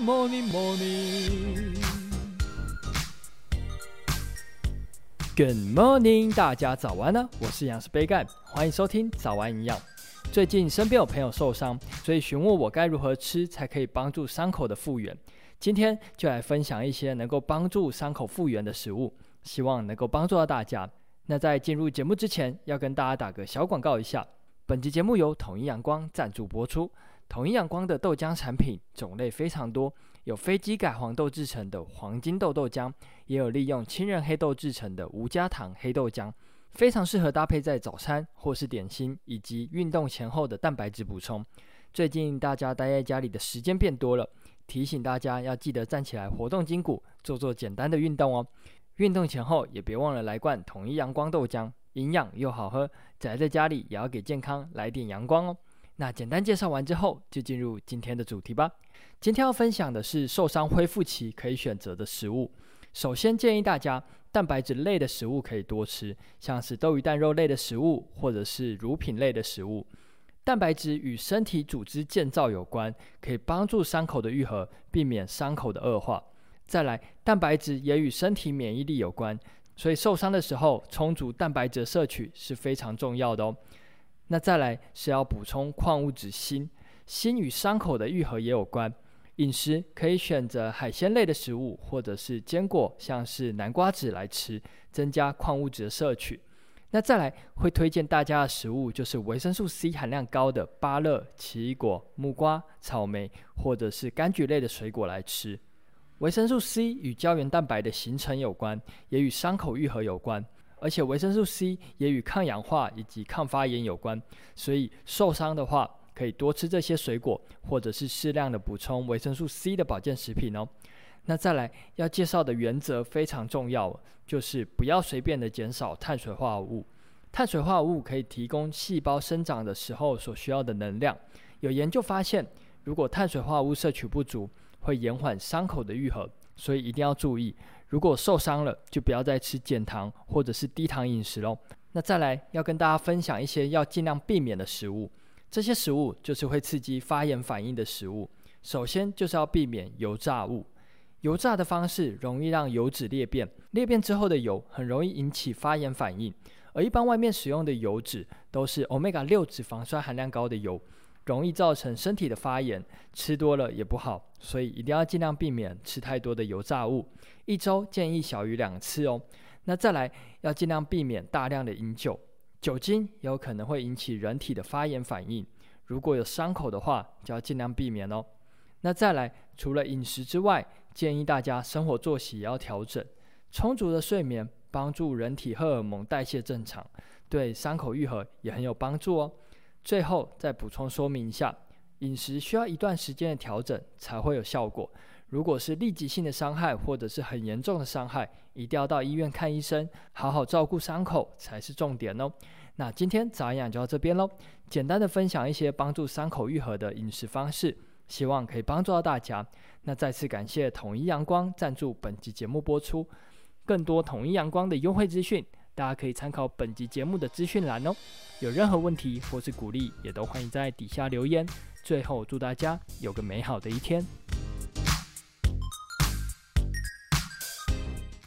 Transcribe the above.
morning, morning. Good morning， 大家早安呢！我是营养师杯盖，欢迎收听早安营养。最近身边有朋友受伤，所以询问我该如何吃才可以帮助伤口的复原。今天就来分享一些能够帮助伤口复原的食物，希望能够帮助到大家。那在进入节目之前，要跟大家打个小广告一下。本集节目由统一阳光赞助播出。统一阳光的豆浆产品种类非常多，有非基改黄豆制成的黄金豆豆浆，也有利用青仁黑豆制成的无加糖黑豆浆，非常适合搭配在早餐或是点心以及运动前后的蛋白质补充。最近大家待在家里的时间变多了，提醒大家要记得站起来活动筋骨，做简单的运动哦。运动前后也别忘了来罐统一阳光豆浆，营养又好喝，宅在家里也要给健康来点阳光哦。那简单介绍完之后，就进入今天的主题吧。今天要分享的是受伤恢复期可以选择的食物。首先建议大家蛋白质类的食物可以多吃，像是豆鱼蛋肉类的食物，或者是乳品类的食物。蛋白质与身体组织建造有关，可以帮助伤口的愈合，避免伤口的恶化。再来，蛋白质也与身体免疫力有关，所以受伤的时候充足蛋白质的摄取是非常重要的哦。那再来是要补充矿物质锌，锌与伤口的愈合也有关。饮食可以选择海鲜类的食物，或者是坚果，像是南瓜子来吃，增加矿物质的摄取。那再来会推荐大家的食物就是维生素 C 含量高的芭乐、奇异果、木瓜、草莓，或者是柑橘类的水果来吃。维生素 C 与胶原蛋白的形成有关，也与伤口愈合有关。而且维生素 C 也与抗氧化以及抗发炎有关，所以受伤的话可以多吃这些水果，或者是适量的补充维生素 C 的保健食品哦。那再来要介绍的原则非常重要，就是不要随便的减少碳水化合物。碳水化合物可以提供细胞生长的时候所需要的能量。有研究发现，如果碳水化合物摄取不足，会延缓伤口的愈合，所以一定要注意。如果受伤了，就不要再吃减糖或者是低糖饮食咯。那再来要跟大家分享一些要尽量避免的食物，这些食物就是会刺激发炎反应的食物。首先就是要避免油炸物，油炸的方式容易让油脂裂变，裂变之后的油很容易引起发炎反应，而一般外面使用的油脂都是 Omega-6 脂肪酸含量高的油，容易造成身体的发炎，吃多了也不好，所以一定要尽量避免吃太多的油炸物，一周建议小于2次哦。那再来要尽量避免大量的饮酒，酒精有可能会引起人体的发炎反应，如果有伤口的话就要尽量避免哦。那再来除了饮食之外，建议大家生活作息也要调整，充足的睡眠帮助人体荷尔蒙代谢正常，对伤口愈合也很有帮助哦。最后再补充说明一下，饮食需要一段时间的调整才会有效果。如果是立即性的伤害或者是很严重的伤害，一定要到医院看医生，好好照顾伤口才是重点哦。那今天早安营养就到这边咯，简单的分享一些帮助伤口愈合的饮食方式，希望可以帮助到大家。那再次感谢统一阳光赞助本集节目播出，更多统一阳光的优惠资讯大家可以参考本集节目的资讯栏哦。有任何问题或是鼓励，也都欢迎在底下留言。最后祝大家有个美好的一天。